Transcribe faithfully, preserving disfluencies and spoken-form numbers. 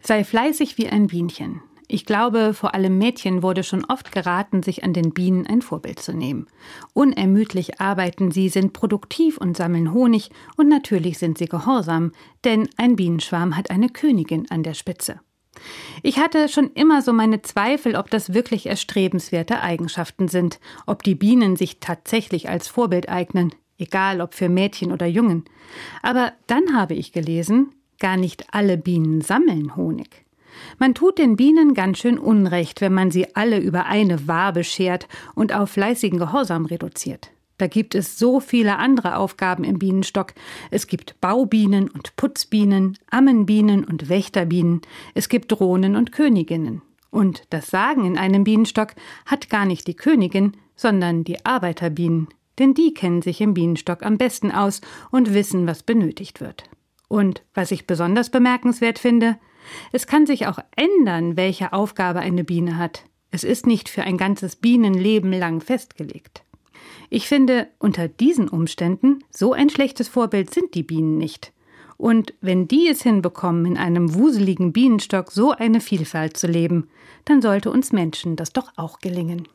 Sei fleißig wie ein Bienchen. Ich glaube, vor allem Mädchen wurde schon oft geraten, sich an den Bienen ein Vorbild zu nehmen. Unermüdlich arbeiten sie, sind produktiv und sammeln Honig und natürlich sind sie gehorsam, denn ein Bienenschwarm hat eine Königin an der Spitze. Ich hatte schon immer so meine Zweifel, ob das wirklich erstrebenswerte Eigenschaften sind, ob die Bienen sich tatsächlich als Vorbild eignen, egal ob für Mädchen oder Jungen. Aber dann habe ich gelesen, gar nicht alle Bienen sammeln Honig. Man tut den Bienen ganz schön Unrecht, wenn man sie alle über eine Wabe schert und auf fleißigen Gehorsam reduziert. Da gibt es so viele andere Aufgaben im Bienenstock. Es gibt Baubienen und Putzbienen, Ammenbienen und Wächterbienen. Es gibt Drohnen und Königinnen. Und das Sagen in einem Bienenstock hat gar nicht die Königin, sondern die Arbeiterbienen. Denn die kennen sich im Bienenstock am besten aus und wissen, was benötigt wird. Und was ich besonders bemerkenswert finde, es kann sich auch ändern, welche Aufgabe eine Biene hat. Es ist nicht für ein ganzes Bienenleben lang festgelegt. Ich finde, unter diesen Umständen, so ein schlechtes Vorbild sind die Bienen nicht. Und wenn die es hinbekommen, in einem wuseligen Bienenstock so eine Vielfalt zu leben, dann sollte uns Menschen das doch auch gelingen.